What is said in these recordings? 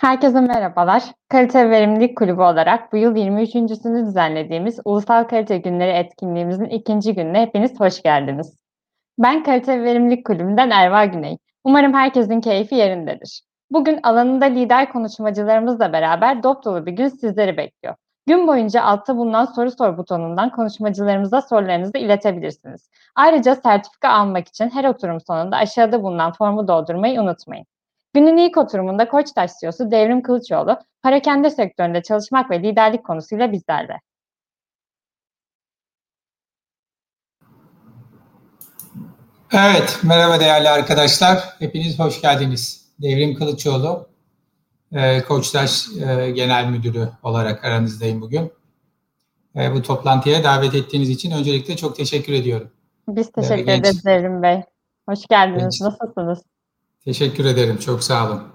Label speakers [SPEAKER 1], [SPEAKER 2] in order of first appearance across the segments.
[SPEAKER 1] Herkese merhabalar. Kalite ve Verimlilik Kulübü olarak bu yıl 23.'sünü düzenlediğimiz Ulusal Kalite Günleri etkinliğimizin ikinci gününe hepiniz hoş geldiniz. Ben Kalite ve Verimlilik Kulübü'nden Erva Güney. Umarım herkesin keyfi yerindedir. Bugün alanında lider konuşmacılarımızla beraber dop dolu bir gün sizleri bekliyor. Gün boyunca altta bulunan soru sor butonundan konuşmacılarımıza sorularınızı iletebilirsiniz. Ayrıca sertifika almak için her oturum sonunda aşağıda bulunan formu doldurmayı unutmayın. Günün ilk oturumunda Koçtaş CEO'su Devrim Kılıçoğlu, perakende sektöründe çalışmak ve liderlik konusuyla bizlerle.
[SPEAKER 2] Evet, merhaba değerli arkadaşlar. Hepiniz hoş geldiniz. Devrim Kılıçoğlu, Koçtaş Genel Müdürü olarak aranızdayım bugün. Bu toplantıya davet ettiğiniz için öncelikle çok teşekkür ediyorum.
[SPEAKER 1] Biz teşekkür ederiz Devrim Bey. Hoş geldiniz. Nasılsınız?
[SPEAKER 2] Teşekkür ederim, çok sağ olun.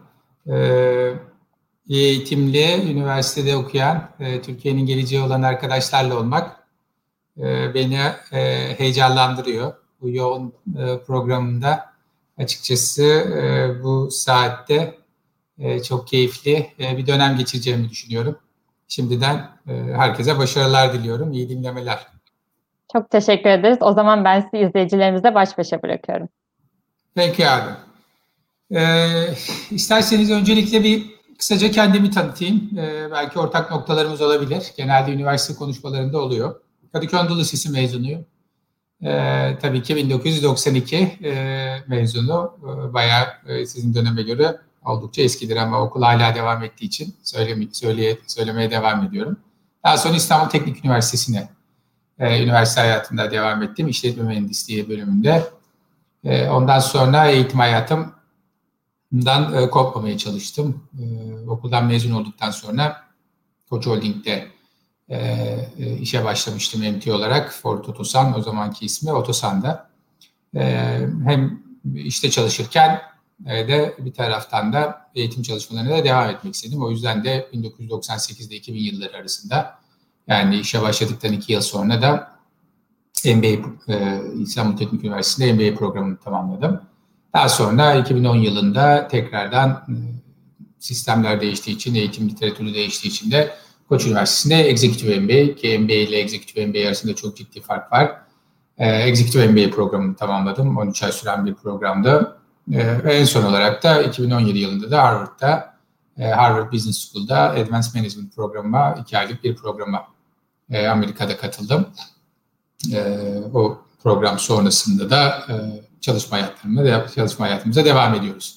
[SPEAKER 2] İyi eğitimli, üniversitede okuyan, Türkiye'nin geleceği olan arkadaşlarla olmak beni heyecanlandırıyor. Bu yoğun programında açıkçası bu saatte çok keyifli bir dönem geçireceğimi düşünüyorum. Şimdiden herkese başarılar diliyorum. İyi dinlemeler.
[SPEAKER 1] Çok teşekkür ederiz. O zaman ben sizi izleyicilerimizle baş başa bırakıyorum.
[SPEAKER 2] Peki abi. İsterseniz öncelikle bir kısaca kendimi tanıtayım. Belki ortak noktalarımız olabilir. Genelde üniversite konuşmalarında oluyor. Kadıköy Anadolu Lisesi mezunuyum. Tabii ki 1992 mezunu. Bayağı sizin döneme göre oldukça eskidir ama okul hala devam ettiği için söylemeye devam ediyorum. Daha sonra İstanbul Teknik Üniversitesi'ne üniversite hayatında devam ettim. İşletme Mühendisliği bölümünde. Ondan sonra eğitim hayatımdan kopmamaya çalıştım. Okuldan mezun olduktan sonra Koç Holding'de işe başlamıştım MT olarak. Ford Otosan, o zamanki ismi Otosan'da. Hem işte çalışırken de bir taraftan da eğitim çalışmalarına da devam etmek istedim. O yüzden de 1998'de 2000 yılları arasında, yani işe başladıktan 2 yıl sonra da MBA, İstanbul Teknik Üniversitesi'nde MBA programını tamamladım. Daha sonra 2010 yılında tekrardan sistemler değiştiği için, eğitim literatürü değiştiği için de Koç Üniversitesi'nde Executive MBA, ki MBA ile Executive MBA arasında çok ciddi fark var. Executive MBA programını tamamladım. 13 ay süren bir programdı. Ve en son olarak da 2017 yılında da Harvard'da, Harvard Business School'da Advanced Management programıma, 2 aylık bir programa Amerika'da katıldım. O program sonrasında da çalışma hayatımıza devam ediyoruz.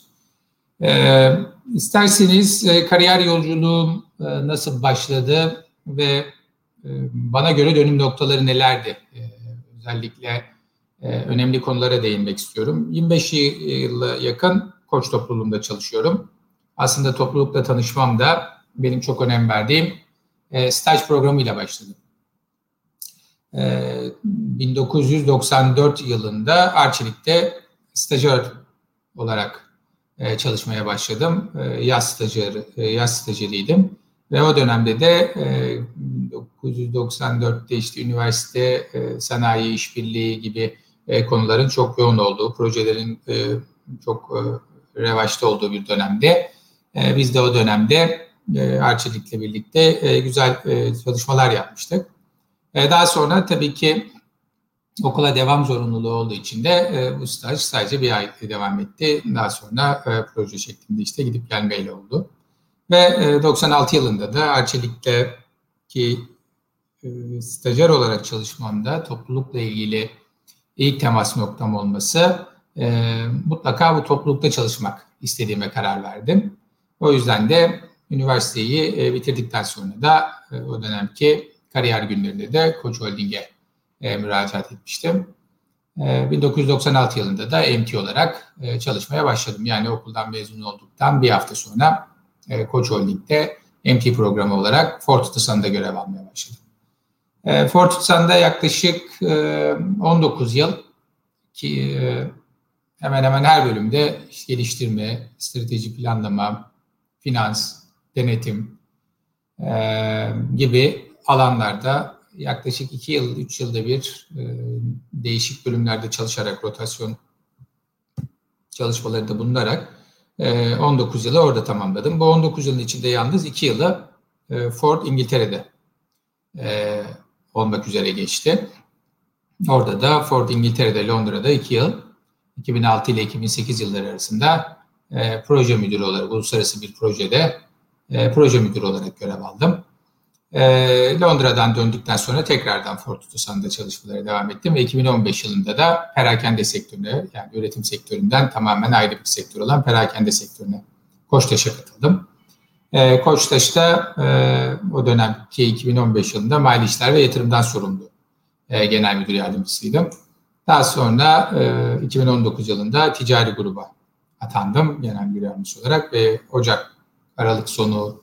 [SPEAKER 2] İsterseniz kariyer yolculuğum nasıl başladı ve bana göre dönüm noktaları nelerdi? Özellikle önemli konulara değinmek istiyorum. 25 yıla yakın Koç topluluğunda çalışıyorum. Aslında toplulukla tanışmam da benim çok önem verdiğim staj programıyla başladı. 1994 yılında Arçelik'te stajyer olarak çalışmaya başladım. Yaz stajyeriydim. Ve o dönemde de 1994'te işte üniversite, sanayi, işbirliği gibi konuların çok yoğun olduğu, projelerin çok revaçta olduğu bir dönemde biz de o dönemde Arçelik'le birlikte güzel çalışmalar yapmıştık. Daha sonra tabii ki okula devam zorunluluğu olduğu için de bu staj sadece bir ay devam etti. Daha sonra proje şeklinde işte gidip gelmeyle oldu. Ve 96 yılında da Arçelik'teki stajyer olarak çalışmamda toplulukla ilgili ilk temas noktam olması, mutlaka bu toplulukta çalışmak istediğime karar verdim. O yüzden de üniversiteyi bitirdikten sonra da o dönemki kariyer günlerinde de Koç Holding'e müracaat etmiştim. 1996 yılında da MT olarak çalışmaya başladım. Yani okuldan mezun olduktan bir hafta sonra Koç Holding'de MT programı olarak Ford Otosan'da görev almaya başladım. Ford Otosan'da yaklaşık 19 yıl, ki hemen hemen her bölümde geliştirme, strateji planlama, finans, denetim gibi alanlarda yaklaşık 2 yıl, 3 yılda bir değişik bölümlerde çalışarak, rotasyon çalışmalarında bulunarak 19 yılı orada tamamladım. Bu 19 yılın içinde yalnız 2 yılı Ford İngiltere'de olmak üzere geçti. Orada da Ford İngiltere'de, Londra'da 2 yıl, 2006 ile 2008 yılları arasında proje müdürü olarak, uluslararası bir projede proje müdürü olarak görev aldım. Londra'dan döndükten sonra tekrardan Ford Otosan'da çalışmalara devam ettim ve 2015 yılında da perakende sektörüne, yani üretim sektöründen tamamen ayrı bir sektör olan perakende sektörüne, Koçtaş'a katıldım. Koçtaş'ta o dönemki 2015 yılında mali işler ve yatırımdan sorumlu genel müdür yardımcısıydım. Daha sonra 2019 yılında ticari gruba atandım genel müdür yardımcısı olarak ve Aralık sonu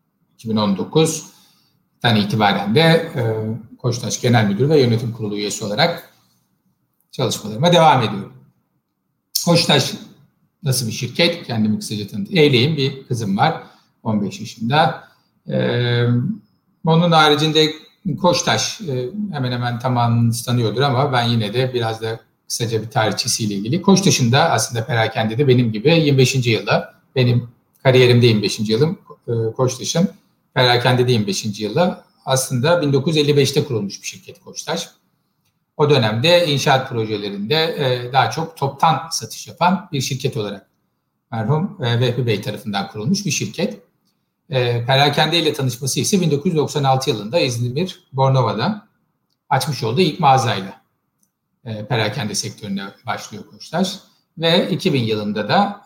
[SPEAKER 2] 2019'dan itibaren de Koçtaş Genel Müdürü ve Yönetim Kurulu üyesi olarak çalışmalarıma devam ediyorum. Koçtaş nasıl bir şirket? Kendimi kısaca tanıtayım. Evliyim, bir kızım var, 15 yaşında. Onun haricinde Koçtaş hemen hemen tamamınız tanıyordur ama ben yine de biraz da kısaca bir tarihçesiyle ilgili. Koçtaş'ın da aslında perakendede benim gibi 25. yılı, benim kariyerimde 25. yılım, Koçtaş'ın perakendede 25. yılı. Aslında 1955'te kurulmuş bir şirket Koçtaş. O dönemde inşaat projelerinde daha çok toptan satış yapan bir şirket olarak merhum Vehbi Bey tarafından kurulmuş bir şirket. Perakende ile tanışması ise 1996 yılında İzmir Bornova'da açmış olduğu ilk mağazayla perakende sektörüne başlıyor Koçtaş. Ve 2000 yılında da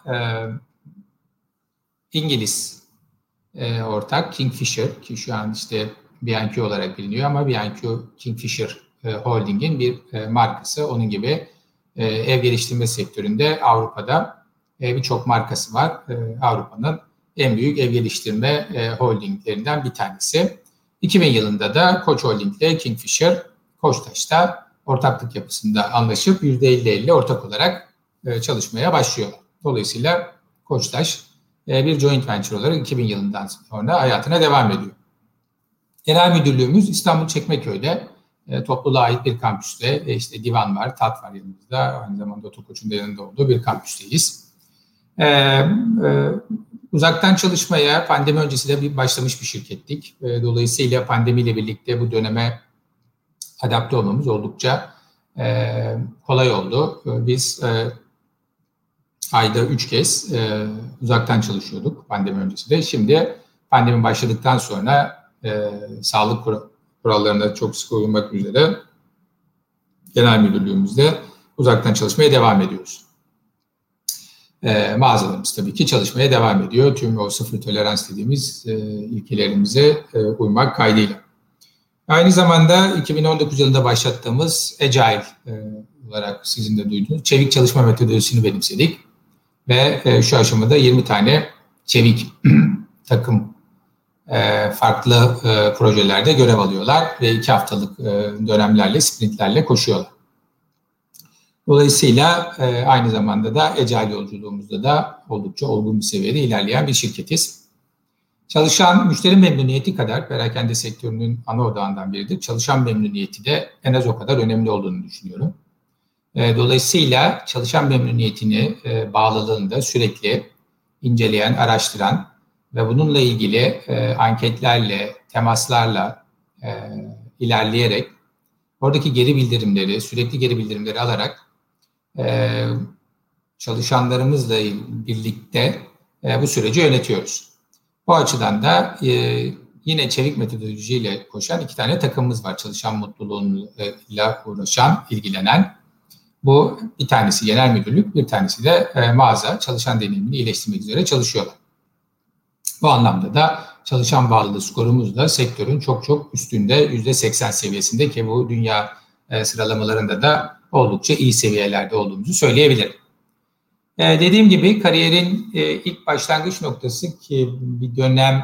[SPEAKER 2] İngiliz ortak Kingfisher, ki şu an işte B&Q olarak biliniyor ama B&Q Kingfisher Holding'in bir markası. Onun gibi ev geliştirme sektöründe Avrupa'da birçok markası var. Avrupa'nın en büyük ev geliştirme holdinglerinden bir tanesi. 2000 yılında da Koç Holding ile Kingfisher, Koçtaş'ta ortaklık yapısında anlaşıp %50-50 ortak olarak çalışmaya başlıyorlar. Dolayısıyla Koçtaş bir joint venture olarak 2000 yılından sonra hayatına devam ediyor. Genel müdürlüğümüz İstanbul Çekmeköy'de, topluluğa ait bir kampüste. İşte divan var, tat var yanımızda. Aynı zamanda Otokoç'un da yanında olduğu bir kampüsteyiz. Uzaktan çalışmaya pandemi öncesi de başlamış bir şirkettik. Dolayısıyla pandemiyle birlikte bu döneme adapte olmamız oldukça kolay oldu. Biz ayda 3 kez uzaktan çalışıyorduk pandemi öncesi de. Şimdi pandemi başladıktan sonra sağlık kurallarına çok sıkı uymak üzere genel müdürlüğümüzde uzaktan çalışmaya devam ediyoruz. Mağazalarımız tabii ki çalışmaya devam ediyor. Tüm o sıfır tolerans dediğimiz ilkelerimize uymak kaydıyla. Aynı zamanda 2019 yılında başlattığımız Agile olarak sizin de duyduğunuz çevik çalışma metodolojisini benimsedik. Ve şu aşamada 20 tane çevik takım farklı projelerde görev alıyorlar ve 2 haftalık dönemlerle, sprintlerle koşuyorlar. Dolayısıyla aynı zamanda da Agile yolculuğumuzda da oldukça olgun bir seviyede ilerleyen bir şirketiz. Çalışan müşteri memnuniyeti kadar perakende sektörünün ana odağından biridir. Çalışan memnuniyeti de en az o kadar önemli olduğunu düşünüyorum. Dolayısıyla çalışan memnuniyetini, bağlılığını da sürekli inceleyen, araştıran ve bununla ilgili anketlerle, temaslarla ilerleyerek oradaki geri bildirimleri, sürekli geri bildirimleri alarak çalışanlarımızla birlikte bu süreci yönetiyoruz. Bu açıdan da yine çevik metodolojiyle koşan 2 tane takımımız var. Çalışan mutluluğuyla uğraşan, ilgilenen. Bu bir tanesi genel müdürlük, bir tanesi de mağaza, çalışan deneyimini iyileştirmek üzere çalışıyorlar. Bu anlamda da çalışan bağlılığı skorumuz da sektörün çok çok üstünde, %80 seviyesinde, ki bu dünya sıralamalarında da oldukça iyi seviyelerde olduğumuzu söyleyebilirim. Dediğim gibi kariyerin ilk başlangıç noktası, ki bir dönem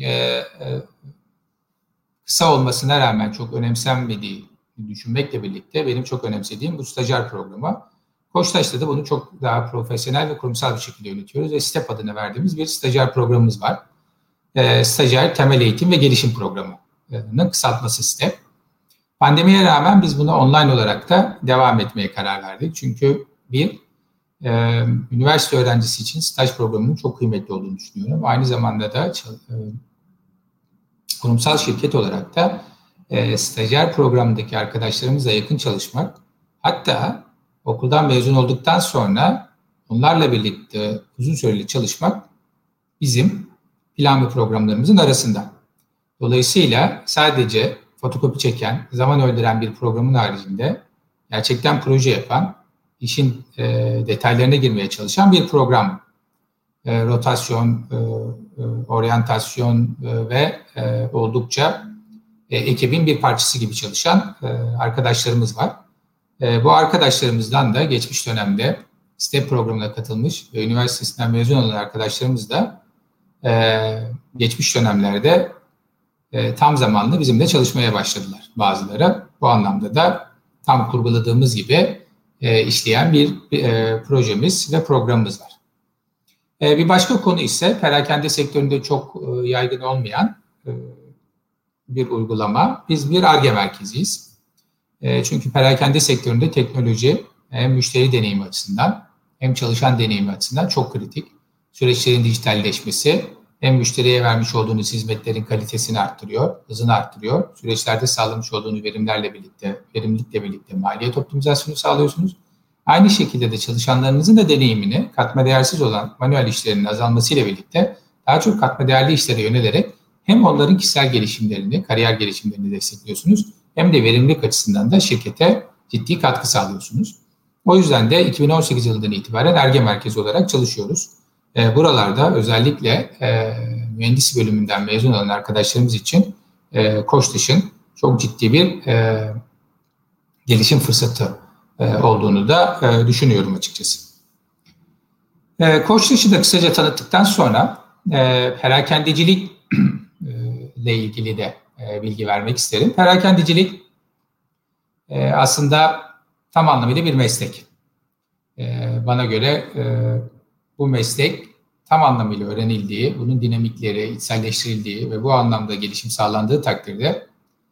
[SPEAKER 2] kısa olmasına rağmen çok önemsenmediği düşünmekle birlikte benim çok önemsediğim bu stajyer programı. Koçtaş'ta da bunu çok daha profesyonel ve kurumsal bir şekilde yönetiyoruz ve STEP adını verdiğimiz bir stajyer programımız var. Stajyer Temel Eğitim ve Gelişim Programı'nın kısaltması STEP. Pandemiye rağmen biz buna online olarak da devam etmeye karar verdik. Çünkü üniversite öğrencisi için staj programının çok kıymetli olduğunu düşünüyorum. Aynı zamanda da kurumsal şirket olarak da stajyer programındaki arkadaşlarımızla yakın çalışmak, hatta okuldan mezun olduktan sonra onlarla birlikte uzun süreli çalışmak bizim plan ve programlarımızın arasında. Dolayısıyla sadece fotokopi çeken, zaman öldüren bir programın haricinde gerçekten proje yapan, işin detaylarına girmeye çalışan bir program. Rotasyon, oryantasyon ve oldukça ekibin bir parçası gibi çalışan arkadaşlarımız var. Bu arkadaşlarımızdan da geçmiş dönemde STEP programına katılmış ve üniversitesinden mezun olan arkadaşlarımız da geçmiş dönemlerde tam zamanlı bizimle çalışmaya başladılar bazıları. Bu anlamda da tam kurguladığımız gibi işleyen bir projemiz ve programımız var. Bir başka konu ise perakende sektöründe çok yaygın olmayan bir uygulama. Biz bir Ar-Ge merkeziyiz. Çünkü perakende sektöründe teknoloji hem müşteri deneyimi açısından hem çalışan deneyimi açısından çok kritik. Süreçlerin dijitalleşmesi hem müşteriye vermiş olduğunuz hizmetlerin kalitesini arttırıyor, hızını arttırıyor. Süreçlerde sağlamış olduğunuz verimlilikle birlikte maliyet optimizasyonu sağlıyorsunuz. Aynı şekilde de çalışanlarınızın da deneyimini katma değersiz olan manuel işlerinin azalmasıyla birlikte daha çok katma değerli işlere yönelerek hem onların kişisel gelişimlerini, kariyer gelişimlerini destekliyorsunuz hem de verimlilik açısından da şirkete ciddi katkı sağlıyorsunuz. O yüzden de 2018 yılından itibaren Ar-Ge merkezi olarak çalışıyoruz. Buralarda özellikle mühendis bölümünden mezun olan arkadaşlarımız için Koçtaş'ın çok ciddi bir gelişim fırsatı olduğunu da düşünüyorum açıkçası. Koçtaş'ı da kısaca tanıttıktan sonra perakendecilik ile ilgili de bilgi vermek isterim. Perakendecilik aslında tam anlamıyla bir meslek. Bana göre bu meslek tam anlamıyla öğrenildiği, bunun dinamikleri içselleştirildiği ve bu anlamda gelişim sağlandığı takdirde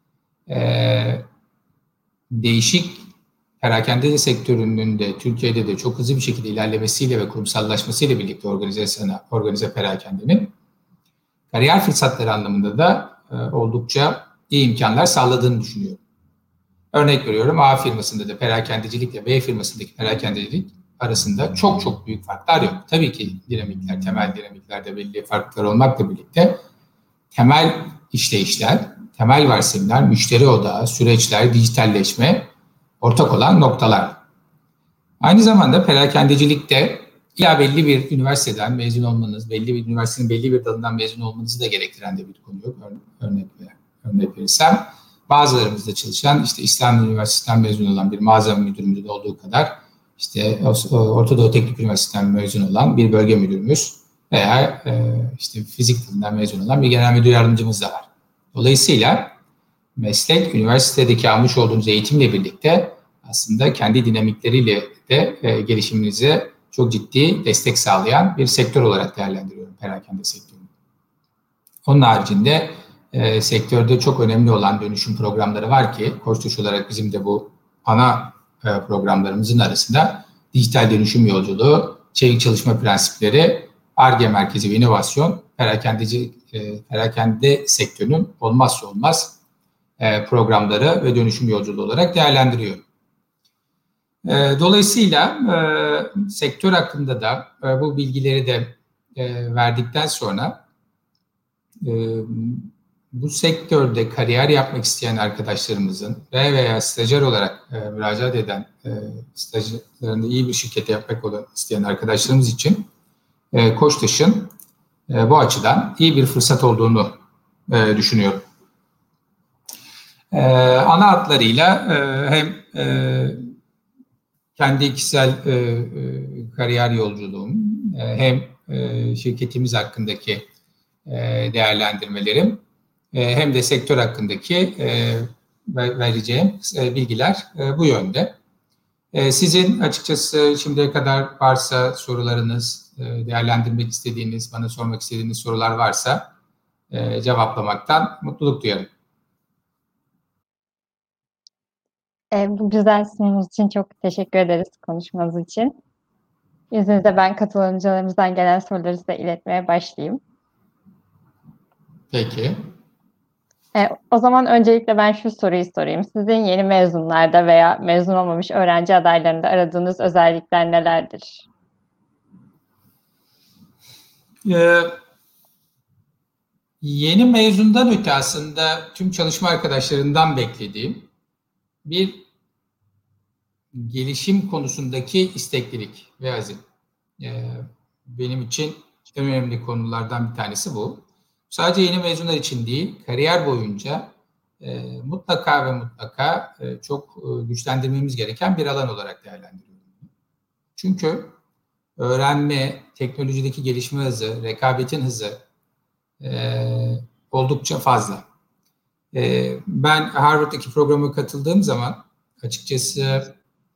[SPEAKER 2] değişik perakende sektörünün de Türkiye'de de çok hızlı bir şekilde ilerlemesiyle ve kurumsallaşmasıyla birlikte organize perakendenin kariyer fırsatları anlamında da oldukça iyi imkanlar sağladığını düşünüyorum. Örnek veriyorum, A firmasında da perakendecilikle B firmasındaki perakendecilik arasında çok çok büyük farklar yok. Tabii ki dinamikler, temel dinamiklerde belli farklar olmakla birlikte temel işleyişler, temel varsayımlar, müşteri odağı, süreçler, dijitalleşme ortak olan noktalar. Aynı zamanda perakendecilikte ya belli bir üniversiteden mezun olmanız, belli bir üniversitenin belli bir dalından mezun olmanızı da gerektiren de bir konu yok. Örnek verirsem, bazılarımızda çalışan işte İstanbul Üniversitesi'nden mezun olan bir mağaza müdürümüzün olduğu kadar işte Orta Doğu Teknik Üniversitesi'nden mezun olan bir bölge müdürümüz veya işte fizik dalından mezun olan bir genel müdür yardımcımız da var. Dolayısıyla meslek, üniversitedeki almış olduğunuz eğitimle birlikte aslında kendi dinamikleriyle de gelişiminize çok ciddi destek sağlayan bir sektör olarak değerlendiriyorum perakende sektörünü. Onun haricinde sektörde çok önemli olan dönüşüm programları var ki Koçtaş olarak bizim de bu ana programlarımızın arasında dijital dönüşüm yolculuğu, çevik çalışma prensipleri, Ar-Ge merkezi ve inovasyon perakende sektörünün olmazsa olmaz programları ve dönüşüm yolculuğu olarak değerlendiriyorum. Dolayısıyla sektör hakkında da bu bilgileri de verdikten sonra bu sektörde kariyer yapmak isteyen arkadaşlarımızın veya stajyer olarak müracaat eden stajlarını iyi bir şirkete yapmak isteyen arkadaşlarımız için Koçtaş'ın bu açıdan iyi bir fırsat olduğunu düşünüyorum. Ana hatlarıyla hem kendi kişisel kariyer yolculuğum hem şirketimiz hakkındaki değerlendirmelerim hem de sektör hakkındaki vereceğim bilgiler bu yönde. Sizin açıkçası şimdiye kadar varsa sorularınız, değerlendirmek istediğiniz, bana sormak istediğiniz sorular varsa cevaplamaktan mutluluk duyarım.
[SPEAKER 1] Bu güzel sunumunuz için çok teşekkür ederiz konuşmanız için. İzninizle ben katılımcılarımızdan gelen soruları size iletmeye başlayayım.
[SPEAKER 2] Peki.
[SPEAKER 1] O zaman öncelikle ben şu soruyu sorayım. Sizin yeni mezunlarda veya mezun olmamış öğrenci adaylarında aradığınız özellikler nelerdir?
[SPEAKER 2] Ee, Yeni mezundan öte aslında tüm çalışma arkadaşlarından beklediğim bir gelişim konusundaki isteklilik ve azim. Benim için en önemli konulardan bir tanesi bu. Sadece yeni mezunlar için değil, kariyer boyunca mutlaka ve mutlaka çok güçlendirmemiz gereken bir alan olarak değerlendiriyorum. Çünkü öğrenme, teknolojideki gelişme hızı, rekabetin hızı oldukça fazla. Ben Harvard'daki programa katıldığım zaman açıkçası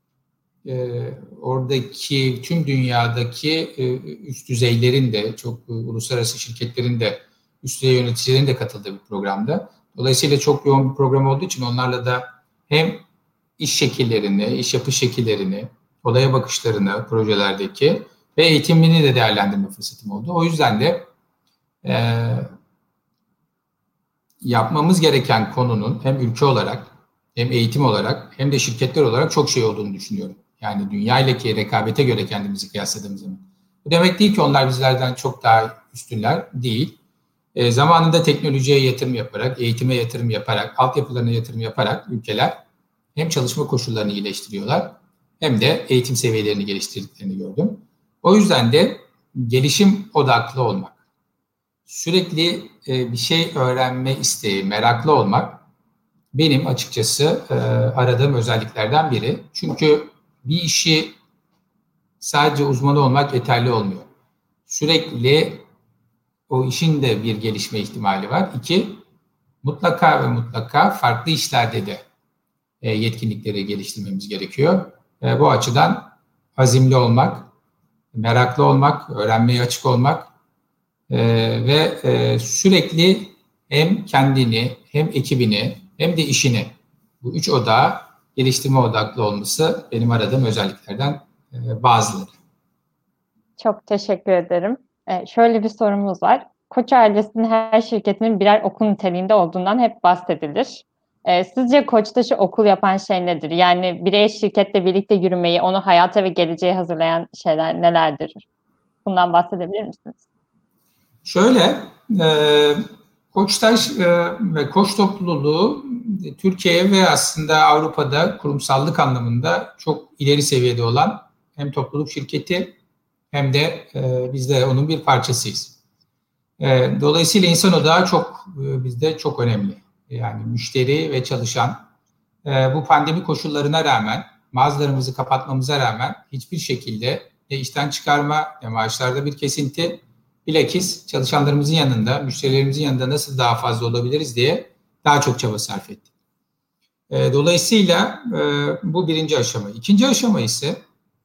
[SPEAKER 2] oradaki tüm dünyadaki üst düzeylerin de çok uluslararası şirketlerin de üst düzey yöneticilerin de katıldığı bir programda. Dolayısıyla çok yoğun bir program olduğu için onlarla da hem iş şekillerini, iş yapış şekillerini, olaya bakışlarını projelerdeki ve eğitimini de değerlendirme fırsatım oldu. O yüzden de yapmamız gereken konunun hem ülke olarak hem eğitim olarak hem de şirketler olarak çok şey olduğunu düşünüyorum. Yani dünya ile rekabete göre kendimizi kıyasladığımız zaman. Bu demek değil ki onlar bizlerden çok daha üstünler değil. Zamanında teknolojiye yatırım yaparak, eğitime yatırım yaparak, altyapılarına yatırım yaparak ülkeler hem çalışma koşullarını iyileştiriyorlar hem de eğitim seviyelerini geliştirdiklerini gördüm. O yüzden de gelişim odaklı olmak, sürekli bir şey öğrenme isteği, meraklı olmak benim açıkçası aradığım özelliklerden biri. Çünkü bir işi sadece uzmanı olmak yeterli olmuyor. Sürekli o işin de bir gelişme ihtimali var. İki, mutlaka ve mutlaka farklı işlerde de yetkinlikleri geliştirmemiz gerekiyor. Bu açıdan azimli olmak, meraklı olmak, öğrenmeye açık olmak ve sürekli hem kendini hem ekibini hem de işini bu üç odağı geliştirme odaklı olması benim aradığım özelliklerden bazıları.
[SPEAKER 1] Çok teşekkür ederim. Şöyle bir sorumuz var. Koç ailesinin her şirketinin birer okul niteliğinde olduğundan hep bahsedilir. Sizce Koçtaş'ı okul yapan şey nedir? Yani birey şirketle birlikte yürümeyi, onu hayata ve geleceğe hazırlayan şeyler nelerdir? Bundan bahsedebilir misiniz?
[SPEAKER 2] Şöyle, Koçtaş ve Koç topluluğu Türkiye ve aslında Avrupa'da kurumsallık anlamında çok ileri seviyede olan hem topluluk şirketi hem de biz de onun bir parçasıyız. Dolayısıyla insan odağı çok bizde çok önemli. Yani müşteri ve çalışan bu pandemi koşullarına rağmen mağazalarımızı kapatmamıza rağmen hiçbir şekilde ne işten çıkarma ne maaşlarda bir kesinti, bilakis çalışanlarımızın yanında, müşterilerimizin yanında nasıl daha fazla olabiliriz diye daha çok çaba sarf ettik. Dolayısıyla bu birinci aşama. İkinci aşama ise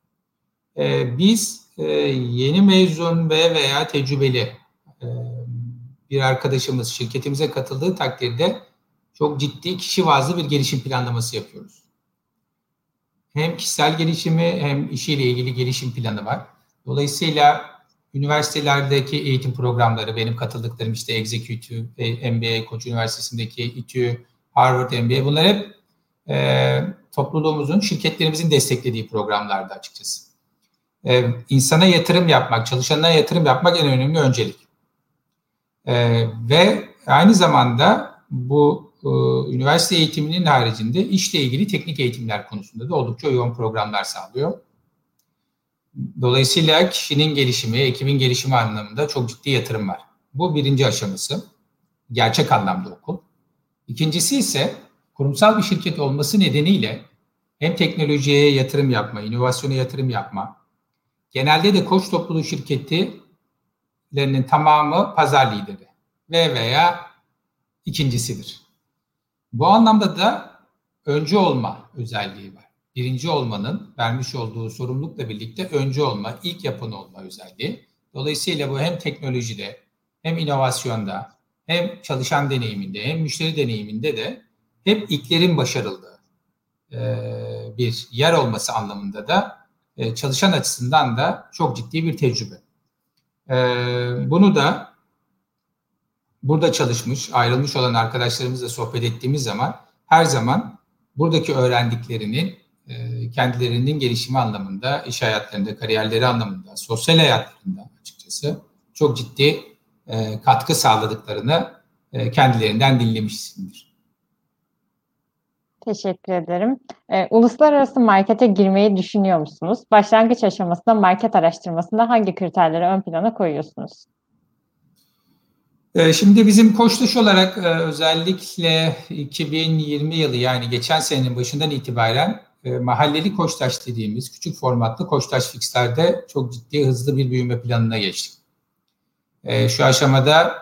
[SPEAKER 2] biz yeni mezun veya tecrübeli bir arkadaşımız şirketimize katıldığı takdirde çok ciddi kişi bazlı bir gelişim planlaması yapıyoruz. Hem kişisel gelişimi hem işiyle ilgili gelişim planı var. Dolayısıyla üniversitelerdeki eğitim programları, benim katıldıklarım işte Executive MBA, Koç Üniversitesi'ndeki İTÜ, Harvard MBA, bunlar hep topluluğumuzun, şirketlerimizin desteklediği programlarda açıkçası. İnsana yatırım yapmak, çalışanına yatırım yapmak en önemli öncelik. Ve aynı zamanda bu üniversite eğitiminin haricinde işle ilgili teknik eğitimler konusunda da oldukça yoğun programlar sağlıyor. Dolayısıyla kişinin gelişimi, ekibin gelişimi anlamında çok ciddi yatırım var. Bu birinci aşaması. Gerçek anlamda okul. İkincisi ise kurumsal bir şirket olması nedeniyle hem teknolojiye yatırım yapma, inovasyona yatırım yapma, genelde de Koç topluluğu şirketlerinin tamamı pazar lideri veya ikincisidir. Bu anlamda da öncü olma özelliği var. Birinci olmanın vermiş olduğu sorumlulukla birlikte öncü olma, ilk yapan olma özelliği. Dolayısıyla bu hem teknolojide hem inovasyonda hem çalışan deneyiminde hem müşteri deneyiminde de hep ilklerin başarıldığı bir yer olması anlamında da çalışan açısından da çok ciddi bir tecrübe. Bunu da burada çalışmış, ayrılmış olan arkadaşlarımızla sohbet ettiğimiz zaman her zaman buradaki öğrendiklerinin kendilerinin gelişimi anlamında, iş hayatlarında, kariyerleri anlamında, sosyal hayatlarında açıkçası çok ciddi katkı sağladıklarını kendilerinden dinlemişsindir.
[SPEAKER 1] Teşekkür ederim. Uluslararası markete girmeyi düşünüyor musunuz? Başlangıç aşamasında market araştırmasında hangi kriterleri ön plana koyuyorsunuz?
[SPEAKER 2] Şimdi bizim Koçtaş olarak özellikle 2020 yılı, yani geçen senenin başından itibaren mahalleli Koçtaş dediğimiz küçük formatlı Koçtaş Fix'lerde çok ciddi hızlı bir büyüme planına geçtik. Şu aşamada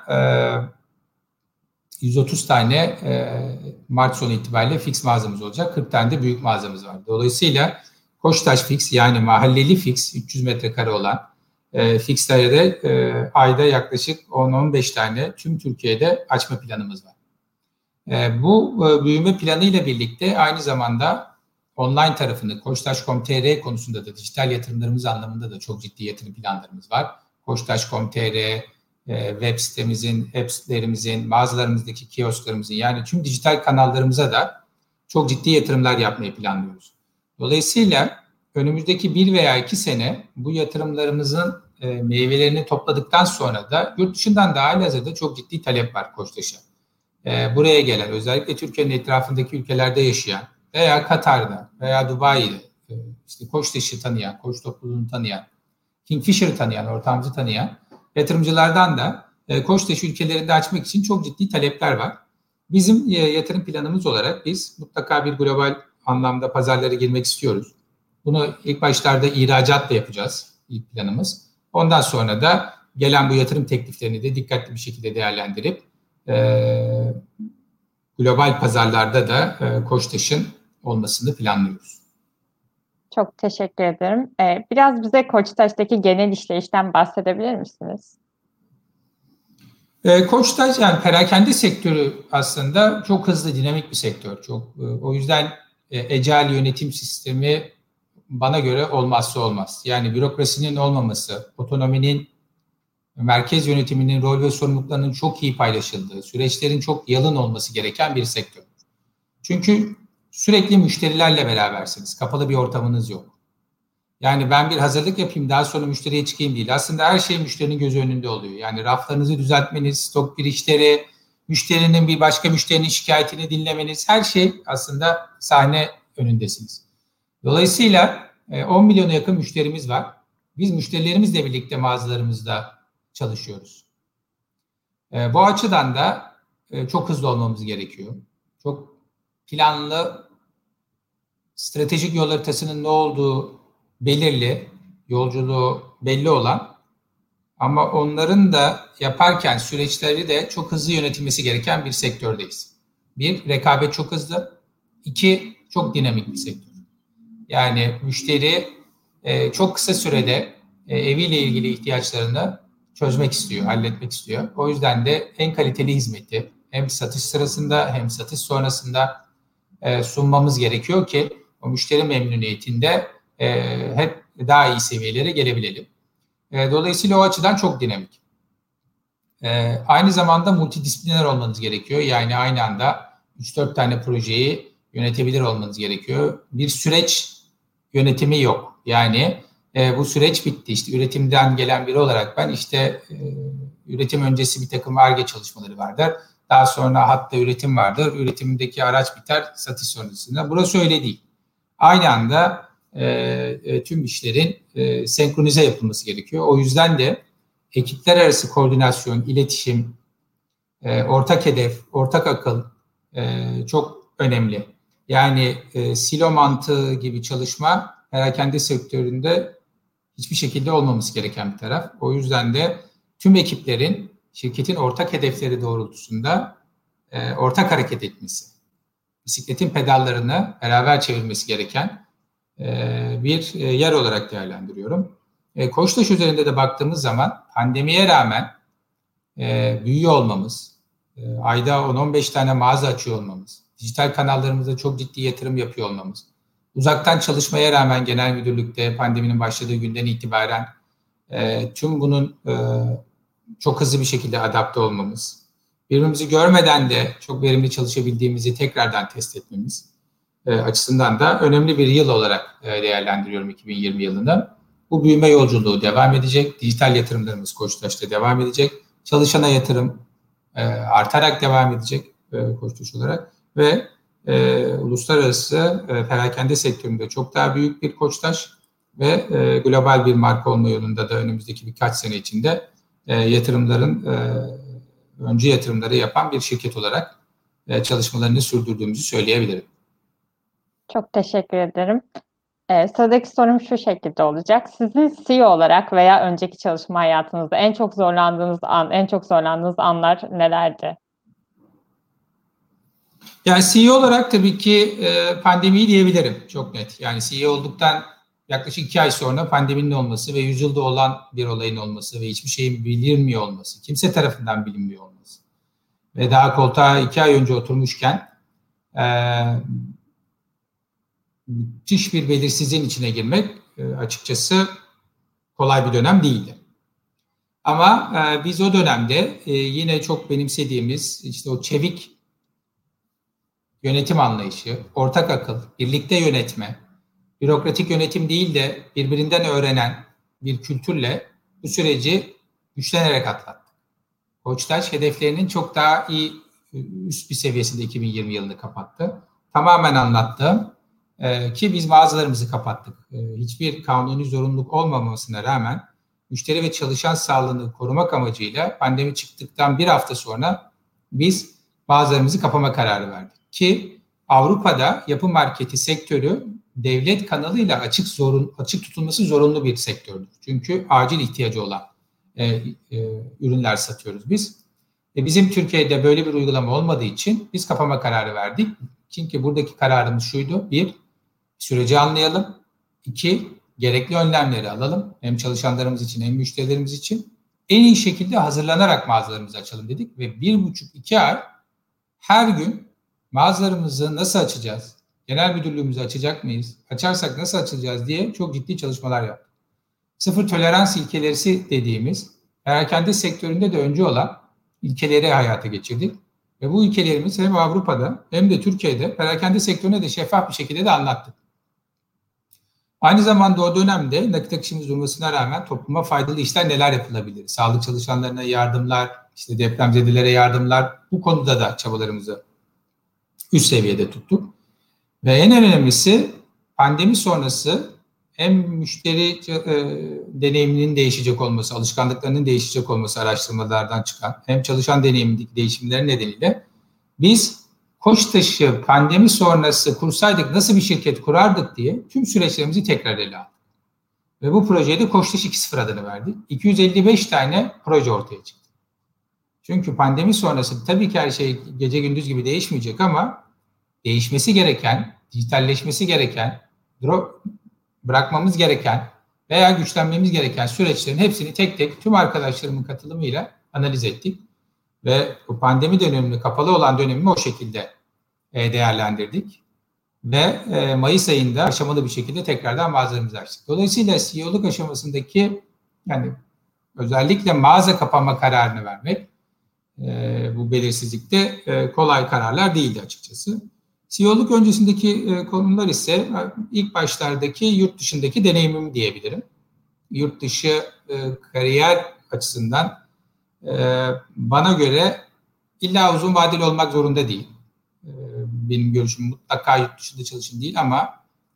[SPEAKER 2] 130 tane Mart sonu itibariyle fix mağazamız olacak. 40 tane de büyük mağazamız var. Dolayısıyla Koçtaş Fix, yani mahalleli fix 300 metrekare olan fixlerde ayda yaklaşık 10-15 tane tüm Türkiye'de açma planımız var. Bu büyüme planı ile birlikte aynı zamanda online tarafını Koçtaş.com.tr konusunda da dijital yatırımlarımız anlamında da çok ciddi yatırım planlarımız var. Koçtaş.com.tr web sitemizin, appslerimizin, mağazalarımızdaki kiosklarımızın, yani tüm dijital kanallarımıza da çok ciddi yatırımlar yapmayı planlıyoruz. Dolayısıyla önümüzdeki 1 veya 2 sene bu yatırımlarımızın meyvelerini topladıktan sonra da yurt dışından da halihazırda çok ciddi talep var Koçtaş'a. Buraya gelen, özellikle Türkiye'nin etrafındaki ülkelerde yaşayan veya Katar'da veya Dubai'de işte Koçtaş'ı tanıyan, Koç topluluğunu tanıyan, Kingfisher'ı tanıyan, ortağımızı tanıyan yatırımcılardan da Koçtaş ülkelerinde açmak için çok ciddi talepler var. Bizim yatırım planımız olarak biz mutlaka bir global anlamda pazarlara girmek istiyoruz. Bunu ilk başlarda ihracatla yapacağız, ilk planımız. Ondan sonra da gelen bu yatırım tekliflerini de dikkatli bir şekilde değerlendirip global pazarlarda da Koçtaş'ın olmasını planlıyoruz.
[SPEAKER 1] Çok teşekkür ederim. Biraz bize Koçtaş'taki genel işleyişten bahsedebilir misiniz?
[SPEAKER 2] Koçtaş, yani perakende sektörü aslında çok hızlı, dinamik bir sektör. O yüzden agile yönetim sistemi bana göre olmazsa olmaz. Yani bürokrasinin olmaması, otonominin, merkez yönetiminin rol ve sorumluluklarının çok iyi paylaşıldığı, süreçlerin çok yalın olması gereken bir sektör. Çünkü sürekli müşterilerle berabersiniz. Kapalı bir ortamınız yok. Yani ben bir hazırlık yapayım, daha sonra müşteriye çıkayım değil. Aslında her şey müşterinin gözü önünde oluyor. Yani raflarınızı düzeltmeniz, stok girişleri, müşterinin bir başka müşterinin şikayetini dinlemeniz, her şey aslında sahne önündesiniz. Dolayısıyla 10 milyona yakın müşterimiz var. Biz müşterilerimizle birlikte mağazalarımızda çalışıyoruz. Bu açıdan da çok hızlı olmamız gerekiyor. Çok planlı, stratejik yol haritasının ne olduğu belirli, yolculuğu belli olan ama onların da yaparken süreçleri de çok hızlı yönetilmesi gereken bir sektördeyiz. Bir, rekabet çok hızlı. İki, çok dinamik bir sektör. Yani müşteri çok kısa sürede eviyle ilgili ihtiyaçlarını çözmek istiyor, halletmek istiyor. O yüzden de en kaliteli hizmeti hem satış sırasında hem satış sonrasında sunmamız gerekiyor ki o müşteri memnuniyetinde hep daha iyi seviyelere gelebilelim. Dolayısıyla o açıdan çok dinamik. Aynı zamanda multidisipliner olmanız gerekiyor. Yani aynı anda 3-4 tane projeyi yönetebilir olmanız gerekiyor. Bir süreç yönetimi yok. Yani bu süreç bitti. İşte üretimden gelen biri olarak ben üretim öncesi bir takım Ar-Ge çalışmaları vardır. Daha sonra hatta üretim vardır. Üretimdeki araç biter, satış sonrasında. Burası öyle değil. Aynı anda tüm işlerin senkronize yapılması gerekiyor. O yüzden de ekipler arası koordinasyon, iletişim, ortak hedef, ortak akıl çok önemli. Yani silo mantığı gibi çalışma perakende sektöründe hiçbir şekilde olmaması gereken bir taraf. O yüzden de tüm ekiplerin şirketin ortak hedefleri doğrultusunda ortak hareket etmesi, bisikletin pedallarını beraber çevirmesi gereken bir yer olarak değerlendiriyorum. Koçtaş üzerinde de baktığımız zaman pandemiye rağmen büyüyor olmamız, ayda 10-15 tane mağaza açıyor olmamız, dijital kanallarımızda çok ciddi yatırım yapıyor olmamız, Uzaktan çalışmaya rağmen genel müdürlükte pandeminin başladığı günden itibaren tüm bunun çok hızlı bir şekilde adapte olmamız, birbirimizi görmeden de çok verimli çalışabildiğimizi tekrardan test etmemiz açısından da önemli bir yıl olarak değerlendiriyorum 2020 yılını. Bu büyüme yolculuğu devam edecek. Dijital yatırımlarımız Koçtaş'ta devam edecek. Çalışana yatırım artarak devam edecek Koçtaş olarak ve uluslararası perakende sektöründe çok daha büyük bir Koçtaş ve global bir marka olma yolunda da önümüzdeki birkaç sene içinde yatırımların öncü yatırımları yapan bir şirket olarak çalışmalarını sürdürdüğümüzü söyleyebilirim.
[SPEAKER 1] Çok teşekkür ederim. Sıradaki sorum şu şekilde olacak. Sizin CEO olarak veya önceki çalışma hayatınızda en çok zorlandığınız anlar nelerdi?
[SPEAKER 2] Yani CEO olarak tabii ki pandemiyi diyebilirim çok net. Yani CEO olduktan yaklaşık 2 ay sonra pandeminin olması ve yüzyılda olan bir olayın olması ve hiçbir şeyin bilinmiyor olması, kimse tarafından bilinmiyor olması ve daha koltuğa 2 ay önce oturmuşken müthiş bir belirsizliğin içine girmek açıkçası kolay bir dönem değildi. Ama biz o dönemde yine çok benimsediğimiz işte o çevik yönetim anlayışı, ortak akıl, birlikte yönetme, bürokratik yönetim değil de birbirinden öğrenen bir kültürle bu süreci güçlenerek atlattık. Koçtaş hedeflerinin çok daha iyi üst bir seviyesinde 2020 yılını kapattı. Tamamen anlattığım ki biz mağazalarımızı kapattık. Hiçbir kanuni zorunluluk olmamasına rağmen müşteri ve çalışan sağlığını korumak amacıyla pandemi çıktıktan bir hafta sonra biz mağazalarımızı kapama kararı verdik. Ki Avrupa'da yapı marketi sektörü devlet kanalıyla açık tutulması zorunlu bir sektördür. Çünkü acil ihtiyacı olan ürünler satıyoruz biz. Bizim Türkiye'de böyle bir uygulama olmadığı için biz kapama kararı verdik. Çünkü buradaki kararımız şuydu: bir, süreci anlayalım. İki, gerekli önlemleri alalım. Hem çalışanlarımız için hem müşterilerimiz için. En iyi şekilde hazırlanarak mağazalarımızı açalım dedik. Ve 1,5-2 ay her gün mağazalarımızı nasıl açacağız? Genel müdürlüğümüzü açacak mıyız? Açarsak nasıl açacağız diye çok ciddi çalışmalar yaptık. Sıfır tolerans ilkeleri dediğimiz perakende sektöründe de öncü olan ilkeleri hayata geçirdik. Ve bu ilkelerimiz hem Avrupa'da hem de Türkiye'de perakende sektörüne de şeffaf bir şekilde de anlattık. Aynı zamanda o dönemde nakit akışımız durmasına rağmen topluma faydalı işler neler yapılabilir? Sağlık çalışanlarına yardımlar, işte depremzedelere yardımlar, bu konuda da çabalarımızı üst seviyede tuttuk. Ve en önemlisi pandemi sonrası hem müşteri deneyiminin değişecek olması, alışkanlıklarının değişecek olması araştırmalardan çıkan, hem çalışan deneyimindeki değişimler nedeniyle biz Koçtaş'ı pandemi sonrası kursaydık nasıl bir şirket kurardık diye tüm süreçlerimizi tekrar ele aldık. Ve bu projeye de Koçtaş 2.0 adını verdik. 255 tane proje ortaya çıktı. Çünkü pandemi sonrası tabii ki her şey gece gündüz gibi değişmeyecek ama değişmesi gereken, dijitalleşmesi gereken, bırakmamız gereken veya güçlenmemiz gereken süreçlerin hepsini tek tek tüm arkadaşlarımın katılımıyla analiz ettik. Ve bu pandemi dönemini, kapalı olan dönemimi o şekilde değerlendirdik. Ve Mayıs ayında aşamalı bir şekilde tekrardan mağazalarımızı açtık. Dolayısıyla CEO'luk aşamasındaki, yani özellikle mağaza kapanma kararını vermek bu belirsizlikte kolay kararlar değildi açıkçası. CEO'luk öncesindeki konular ise ilk başlardaki yurt dışındaki deneyimim diyebilirim. Yurt dışı kariyer açısından bana göre illa uzun vadeli olmak zorunda değil. Benim görüşüm mutlaka yurt dışında çalışın değil ama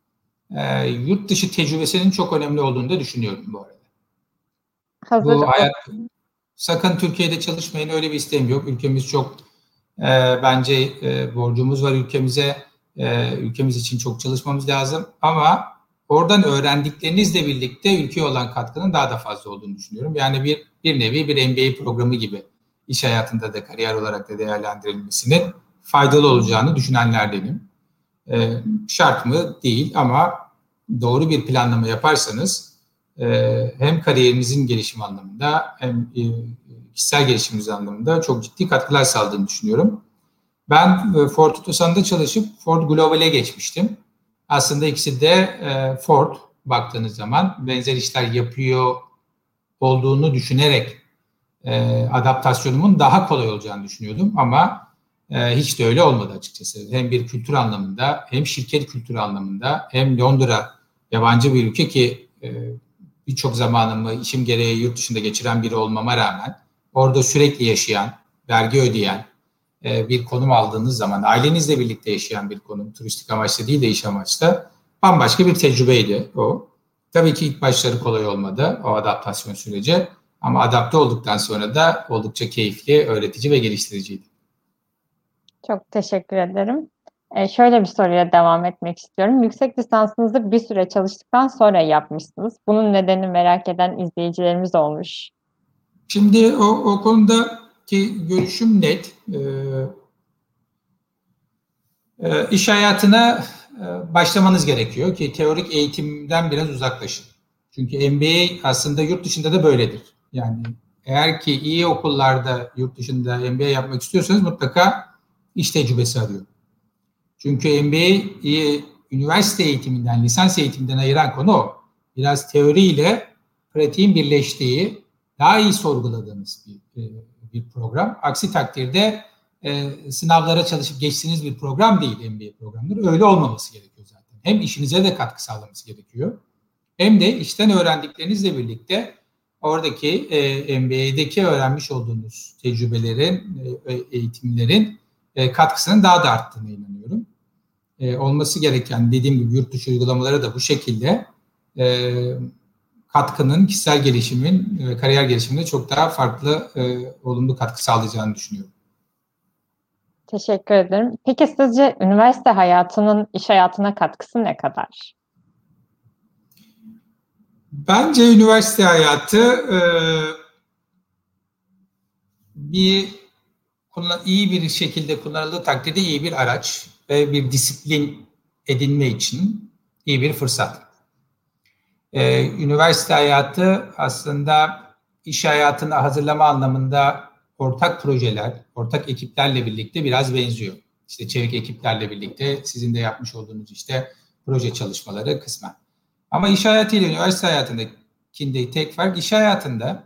[SPEAKER 2] yurt dışı tecrübesinin çok önemli olduğunu da düşünüyorum bu arada. Bu hayat, sakın Türkiye'de çalışmayın, öyle bir isteğim yok. Ülkemiz çok bence borcumuz var ülkemize. Ülkemiz için çok çalışmamız lazım ama oradan öğrendiklerinizle birlikte ülkeye olan katkının daha da fazla olduğunu düşünüyorum. Yani bir nevi bir MBA programı gibi iş hayatında da kariyer olarak da değerlendirilmesinin faydalı olacağını düşünenlerdenim. Şart mı? Değil ama doğru bir planlama yaparsanız hem kariyerinizin gelişimi anlamında hem kişisel gelişiminiz anlamında çok ciddi katkılar sağladığını düşünüyorum. Ben Ford Otosan'da çalışıp Ford Global'e geçmiştim. Aslında ikisi de Ford baktığınız zaman benzer işler yapıyor olduğunu düşünerek adaptasyonumun daha kolay olacağını düşünüyordum ama hiç de öyle olmadı açıkçası. Hem bir kültür anlamında hem şirket kültürü anlamında hem Londra yabancı bir ülke ki birçok zamanımı işim gereği yurt dışında geçiren biri olmama rağmen orada sürekli yaşayan, vergi ödeyen bir konum aldığınız zaman ailenizle birlikte yaşayan bir konum, turistik amaçlı değil de iş amaçlı bambaşka bir tecrübeydi o. Tabii ki ilk başları kolay olmadı o adaptasyon süreci ama adapte olduktan sonra da oldukça keyifli, öğretici ve geliştiriciydi.
[SPEAKER 1] Çok teşekkür ederim. Şöyle bir soruyla devam etmek istiyorum. Yüksek lisansınızı bir süre çalıştıktan sonra yapmışsınız. Bunun nedenini merak eden izleyicilerimiz olmuş.
[SPEAKER 2] Şimdi o konudaki görüşüm net. İş hayatına başlamanız gerekiyor ki teorik eğitimden biraz uzaklaşın. Çünkü MBA aslında yurt dışında da böyledir. Yani eğer ki iyi okullarda yurt dışında MBA yapmak istiyorsanız mutlaka iş tecrübesi arıyor. Çünkü MBA'yi üniversite eğitiminden, lisans eğitiminden ayıran konu o. Biraz teoriyle pratiğin birleştiği, daha iyi sorguladığımız bir program. Aksi takdirde sınavlara çalışıp geçtiğiniz bir program değil MBA programları. Öyle olmaması gerekiyor zaten. Hem işinize de katkı sağlaması gerekiyor. Hem de işten öğrendiklerinizle birlikte oradaki MBA'deki öğrenmiş olduğunuz tecrübelerin, eğitimlerin katkısının daha da arttığına inanıyorum. Olması gereken dediğim gibi yurt dışı uygulamaları da bu şekilde katkının kişisel gelişimin ve kariyer gelişimine çok daha farklı olumlu katkı sağlayacağını düşünüyorum.
[SPEAKER 1] Teşekkür ederim. Peki sizce üniversite hayatının iş hayatına katkısı ne kadar?
[SPEAKER 2] Bence üniversite hayatı iyi bir şekilde kullanıldığı takdirde iyi bir araç ve bir disiplin edinme için iyi bir fırsat. Üniversite hayatı aslında iş hayatına hazırlama anlamında ortak projeler, ortak ekiplerle birlikte biraz benziyor. İşte çevik ekiplerle birlikte sizin de yapmış olduğunuz işte proje çalışmaları kısmen. Ama iş hayatıyla üniversite hayatındaki tek fark iş hayatında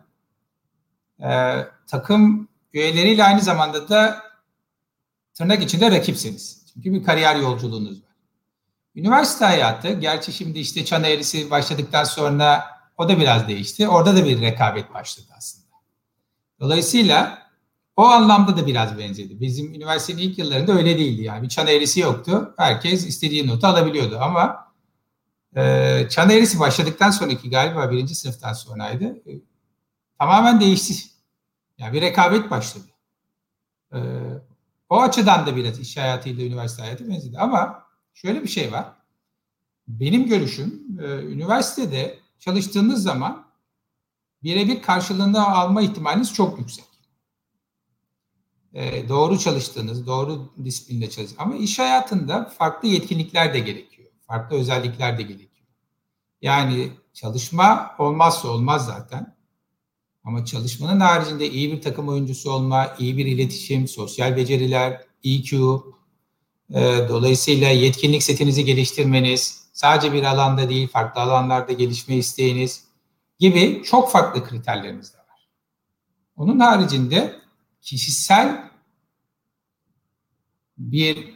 [SPEAKER 2] takım üyeleriyle aynı zamanda da tırnak içinde rakipsiniz. Çünkü bir kariyer yolculuğunuz var. Üniversite hayatı, gerçi şimdi işte çan eğrisi başladıktan sonra o da biraz değişti. Orada da bir rekabet başladı aslında. Dolayısıyla o anlamda da biraz benzedi. Bizim üniversitenin ilk yıllarında öyle değildi. Yani bir çan eğrisi yoktu. Herkes istediği notu alabiliyordu ama çan eğrisi başladıktan sonraki galiba birinci sınıftan sonraydı. Tamamen değişti. Yani bir rekabet başladı. O açıdan da biraz iş hayatıyla üniversite hayatı benzedi. Ama şöyle bir şey var. Benim görüşüm üniversitede çalıştığınız zaman birebir karşılığını alma ihtimaliniz çok yüksek. Doğru çalıştığınız, doğru disiplinle çalıştığınız. Ama iş hayatında farklı yetkinlikler de gerekiyor. Farklı özellikler de gerekiyor. Yani çalışma olmazsa olmaz zaten. Ama çalışmanın haricinde iyi bir takım oyuncusu olma, iyi bir iletişim, sosyal beceriler, EQ, dolayısıyla yetkinlik setinizi geliştirmeniz, sadece bir alanda değil, farklı alanlarda gelişme isteğiniz gibi çok farklı kriterleriniz de var. Onun haricinde kişisel bir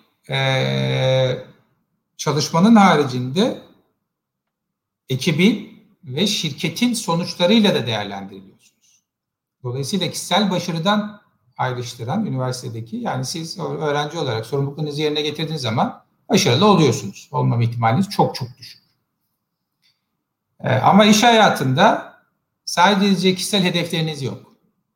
[SPEAKER 2] çalışmanın haricinde ekibin ve şirketin sonuçlarıyla da değerlendiriliyorsunuz. Dolayısıyla kişisel başarıdan ayrıştıran üniversitedeki, yani siz öğrenci olarak sorumluluklarınızı yerine getirdiğiniz zaman başarılı oluyorsunuz. Olmama ihtimaliniz çok çok düşük. Ama iş hayatında sadece kişisel hedefleriniz yok.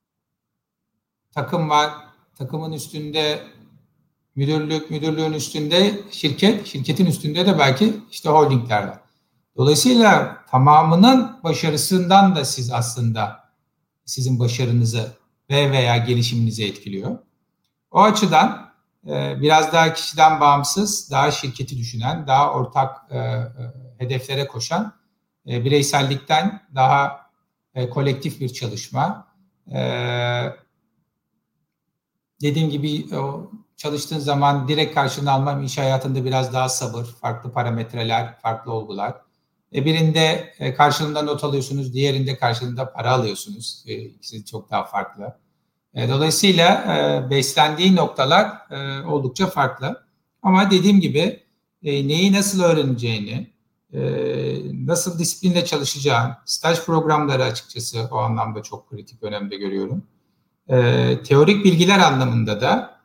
[SPEAKER 2] Takım var, takımın üstünde müdürlük, müdürlüğün üstünde şirket, şirketin üstünde de belki işte holdingler var. Dolayısıyla tamamının başarısından da siz aslında sizin başarınızı veya gelişiminizi etkiliyor. O açıdan biraz daha kişiden bağımsız, daha şirketi düşünen, daha ortak hedeflere koşan, bireysellikten daha kolektif bir çalışma. Dediğim gibi çalıştığın zaman direkt karşılığını almam, iş hayatında biraz daha sabır, farklı parametreler, farklı olgular. Birinde karşılığında not alıyorsunuz, diğerinde karşılığında para alıyorsunuz. İkisi çok daha farklı. Dolayısıyla beslendiği noktalar oldukça farklı. Ama dediğim gibi neyi nasıl öğreneceğini, nasıl disiplinle çalışacağın, staj programları açıkçası o anlamda çok kritik önemde görüyorum. Teorik bilgiler anlamında da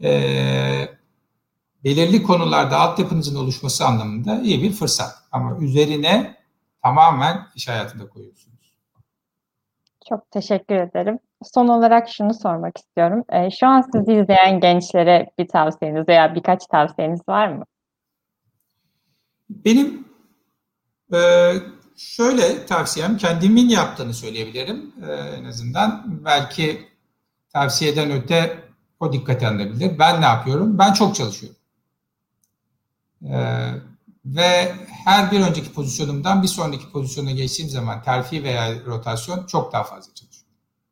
[SPEAKER 2] belirli konularda altyapınızın oluşması anlamında iyi bir fırsat. Ama üzerine tamamen iş hayatında koyuyorsunuz.
[SPEAKER 1] Çok teşekkür ederim. Son olarak şunu sormak istiyorum. Şu an sizi izleyen gençlere bir tavsiyeniz veya birkaç tavsiyeniz var mı?
[SPEAKER 2] Benim şöyle tavsiyem, kendimin yaptığını söyleyebilirim en azından. Belki tavsiyeden öte o dikkate alınabilir. Ben ne yapıyorum? Ben çok çalışıyorum. Ve her bir önceki pozisyonumdan bir sonraki pozisyona geçtiğim zaman terfi veya rotasyon çok daha fazla çalışıyorum.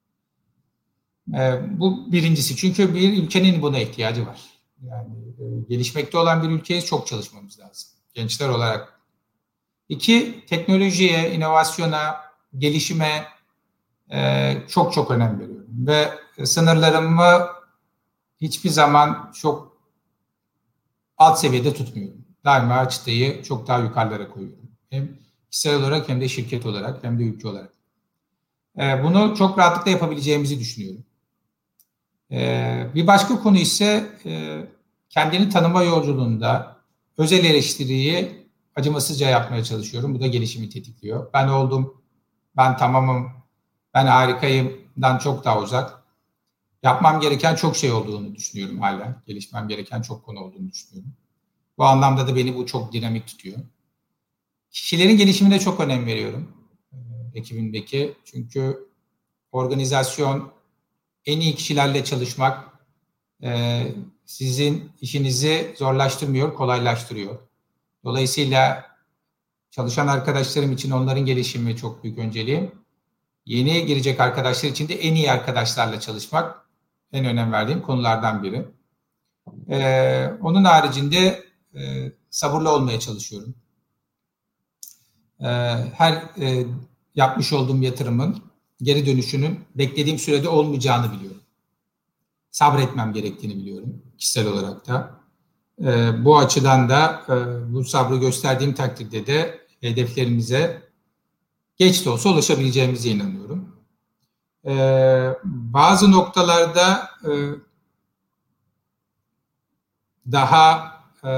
[SPEAKER 2] Bu birincisi. Çünkü bir ülkenin buna ihtiyacı var. Yani gelişmekte olan bir ülkeye çok çalışmamız lazım. Gençler olarak. 2, teknolojiye, inovasyona, gelişime çok çok önem veriyorum. Ve sınırlarımı hiçbir zaman çok alt seviyede tutmuyorum. Daima çıtayı çok daha yukarılara koyuyorum. Hem kişisel olarak hem de şirket olarak hem de ülke olarak. Bunu çok rahatlıkla yapabileceğimizi düşünüyorum. Bir başka konu ise kendini tanıma yolculuğunda özel eleştiriyi acımasızca yapmaya çalışıyorum. Bu da gelişimi tetikliyor. Ben oldum, ben tamamım, ben harikayımdan çok daha uzak. Yapmam gereken çok şey olduğunu düşünüyorum hala. Gelişmem gereken çok konu olduğunu düşünüyorum. Bu anlamda da beni bu çok dinamik tutuyor. Kişilerin gelişimine çok önem veriyorum ekibimdeki. Çünkü organizasyon, en iyi kişilerle çalışmak sizin işinizi zorlaştırmıyor, kolaylaştırıyor. Dolayısıyla çalışan arkadaşlarım için onların gelişimi çok büyük önceliğim. Yeni girecek arkadaşlar için de en iyi arkadaşlarla çalışmak en önem verdiğim konulardan biri. Onun haricinde sabırlı olmaya çalışıyorum. Her yapmış olduğum yatırımın geri dönüşünün beklediğim sürede olmayacağını biliyorum. Sabretmem gerektiğini biliyorum kişisel olarak da. Bu açıdan da bu sabrı gösterdiğim takdirde de hedeflerimize geç de olsa ulaşabileceğimize inanıyorum. Bazı noktalarda daha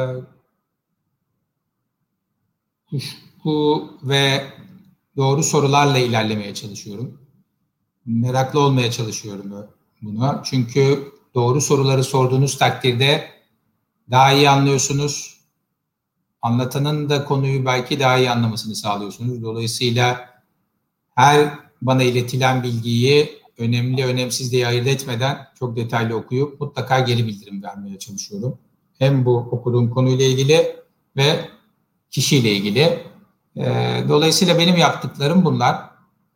[SPEAKER 2] kuşku ve doğru sorularla ilerlemeye çalışıyorum. Meraklı olmaya çalışıyorum buna. Çünkü doğru soruları sorduğunuz takdirde daha iyi anlıyorsunuz. Anlatanın da konuyu belki daha iyi anlamasını sağlıyorsunuz. Dolayısıyla her bana iletilen bilgiyi önemli, önemsiz diye ayırt etmeden çok detaylı okuyup mutlaka geri bildirim vermeye çalışıyorum. Hem bu okuduğum konuyla ilgili ve kişiyle ilgili. Dolayısıyla benim yaptıklarım bunlar.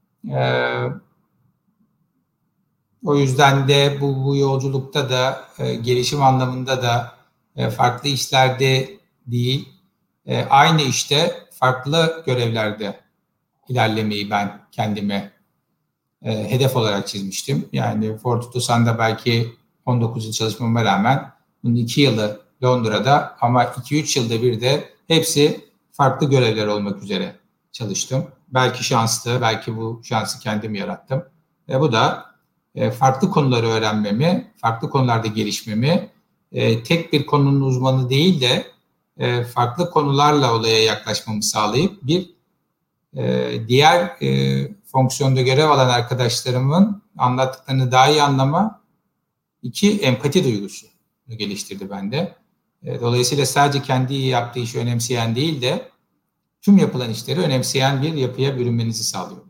[SPEAKER 2] O yüzden de bu yolculukta da gelişim anlamında da farklı işlerde değil, aynı işte farklı görevlerde ilerlemeyi ben kendime hedef olarak çizmiştim. Yani Ford Otosan'da belki 19 yıl çalışmama rağmen bunun 2 yılı Londra'da ama 2-3 yılda bir de hepsi farklı görevler olmak üzere çalıştım. Belki şanslı, belki bu şansı kendim yarattım. Bu da farklı konuları öğrenmemi, farklı konularda gelişmemi, tek bir konunun uzmanı değil de farklı konularla olaya yaklaşmamı sağlayıp bir diğer fonksiyonda görev alan arkadaşlarımın anlattıklarını daha iyi anlama, 2 empati duygusu geliştirdi bende. Dolayısıyla sadece kendi yaptığı işi önemseyen değil de tüm yapılan işleri önemseyen bir yapıya bürünmenizi sağlıyor.